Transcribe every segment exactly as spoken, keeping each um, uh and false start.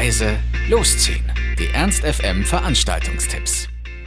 leise, losziehen. Die Ernst F M Veranstaltungstipps.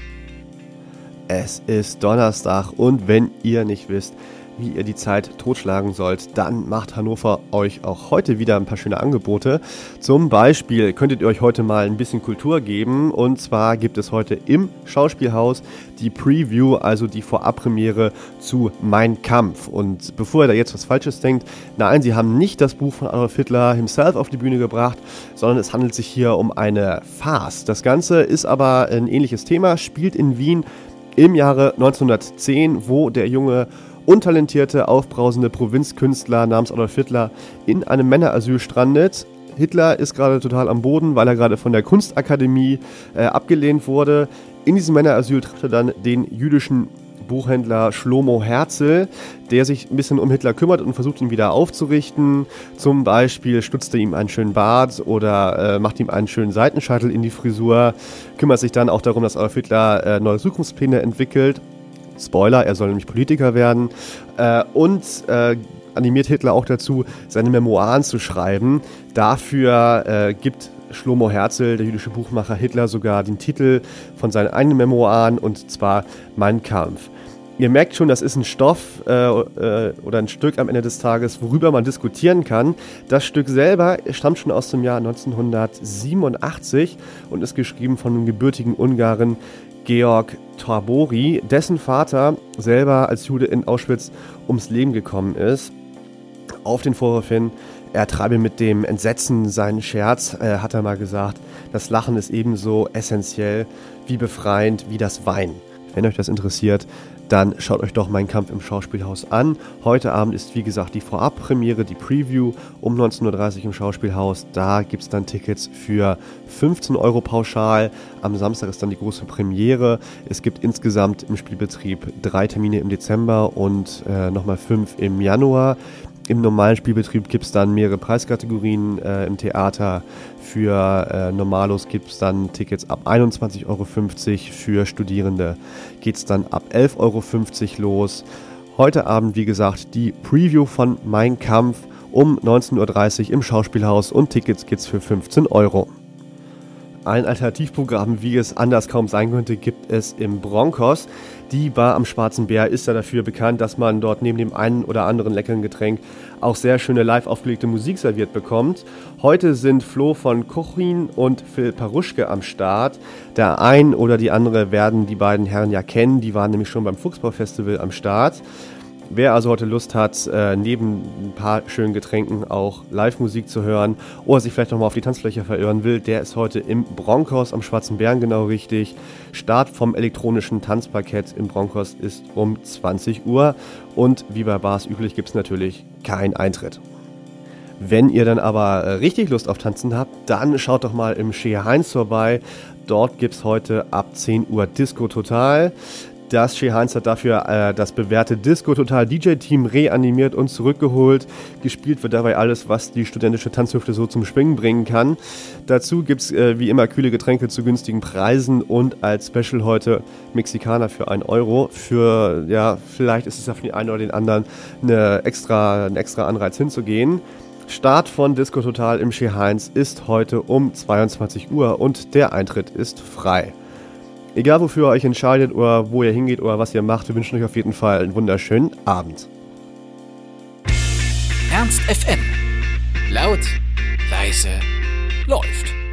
Es ist Donnerstag und wenn ihr nicht wisst, wie ihr die Zeit totschlagen sollt, dann macht Hannover euch auch heute wieder ein paar schöne Angebote. Zum Beispiel könntet ihr euch heute mal ein bisschen Kultur geben, und zwar gibt es heute im Schauspielhaus die Preview, also die Vorabpremiere zu Mein Kampf. Und bevor ihr da jetzt was Falsches denkt, nein, sie haben nicht das Buch von Adolf Hitler himself auf die Bühne gebracht, sondern es handelt sich hier um eine Farce. Das Ganze ist aber ein ähnliches Thema, spielt in Wien im Jahre neunzehnhundertzehn, wo der junge untalentierte, aufbrausende Provinzkünstler namens Adolf Hitler in einem Männerasyl strandet. Hitler ist gerade total am Boden, weil er gerade von der Kunstakademie äh, abgelehnt wurde. In diesem Männerasyl trifft er dann den jüdischen Buchhändler Shlomo Herzl, der sich ein bisschen um Hitler kümmert und versucht, ihn wieder aufzurichten. Zum Beispiel stutzt er ihm einen schönen Bart oder äh, macht ihm einen schönen Seitenscheitel in die Frisur, kümmert sich dann auch darum, dass Adolf Hitler äh, neue Zukunftspläne entwickelt. Spoiler, er soll nämlich Politiker werden. Äh, und äh, animiert Hitler auch dazu, seine Memoiren zu schreiben. Dafür äh, gibt Shlomo Herzl, der jüdische Buchmacher, Hitler sogar den Titel von seinen eigenen Memoiren, und zwar Mein Kampf. Ihr merkt schon, das ist ein Stoff äh, äh, oder ein Stück am Ende des Tages, worüber man diskutieren kann. Das Stück selber stammt schon aus dem Jahr neunzehnhundertsiebenundachtzig und ist geschrieben von einem gebürtigen Ungarn, Georg Tabori, dessen Vater selber als Jude in Auschwitz ums Leben gekommen ist. Auf den Vorwurf hin, er treibe mit dem Entsetzen seinen Scherz, äh, hat er mal gesagt. Das Lachen ist ebenso essentiell wie befreiend wie das Weinen. Wenn euch das interessiert, dann schaut euch doch Mein Kampf im Schauspielhaus an. Heute Abend ist, wie gesagt, die Vorabpremiere, die Preview um neunzehn Uhr dreißig im Schauspielhaus. Da gibt es dann Tickets für fünfzehn Euro pauschal. Am Samstag ist dann die große Premiere. Es gibt insgesamt im Spielbetrieb drei Termine im Dezember und äh, nochmal fünf im Januar. Im normalen Spielbetrieb gibt es dann mehrere Preiskategorien. Äh, Im Theater für äh, Normalos gibt es dann Tickets ab einundzwanzig Euro fünfzig. Für Studierende geht es dann ab elf Euro fünfzig los. Heute Abend, wie gesagt, die Preview von Mein Kampf um neunzehn Uhr dreißig im Schauspielhaus, und Tickets gibt's für fünfzehn Euro. Ein Alternativprogramm, wie es anders kaum sein könnte, gibt es im Broncos. Die Bar am Schwarzen Bär ist ja dafür bekannt, dass man dort neben dem einen oder anderen leckeren Getränk auch sehr schöne live aufgelegte Musik serviert bekommt. Heute sind Flo von Kochin und Phil Paruschke am Start. Der ein oder die andere werden die beiden Herren ja kennen, die waren nämlich schon beim Fuchsbau-Festival am Start. Wer also heute Lust hat, äh, neben ein paar schönen Getränken auch Live-Musik zu hören oder sich vielleicht nochmal auf die Tanzfläche verirren will, der ist heute im Broncos am Schwarzen Bären genau richtig. Start vom elektronischen Tanzparkett im Broncos ist um zwanzig Uhr, und wie bei Bars üblich gibt es natürlich keinen Eintritt. Wenn ihr dann aber äh, richtig Lust auf Tanzen habt, dann schaut doch mal im Chez Heinz vorbei. Dort gibt es heute ab zehn Uhr Disco Total. Das Chez Heinz hat dafür äh, das bewährte Disco Total D J-Team reanimiert und zurückgeholt. Gespielt wird dabei alles, was die studentische Tanzhüfte so zum Schwingen bringen kann. Dazu gibt es äh, wie immer kühle Getränke zu günstigen Preisen und als Special heute Mexikaner für einen Euro. Für, ja, vielleicht ist es ja für den einen oder den anderen eine extra, ein extra Anreiz hinzugehen. Start von Disco Total im Chez Heinz ist heute um zweiundzwanzig Uhr und der Eintritt ist frei. Egal wofür ihr euch entscheidet oder wo ihr hingeht oder was ihr macht, wir wünschen euch auf jeden Fall einen wunderschönen Abend. Ernst F M. Laut, leise, läuft.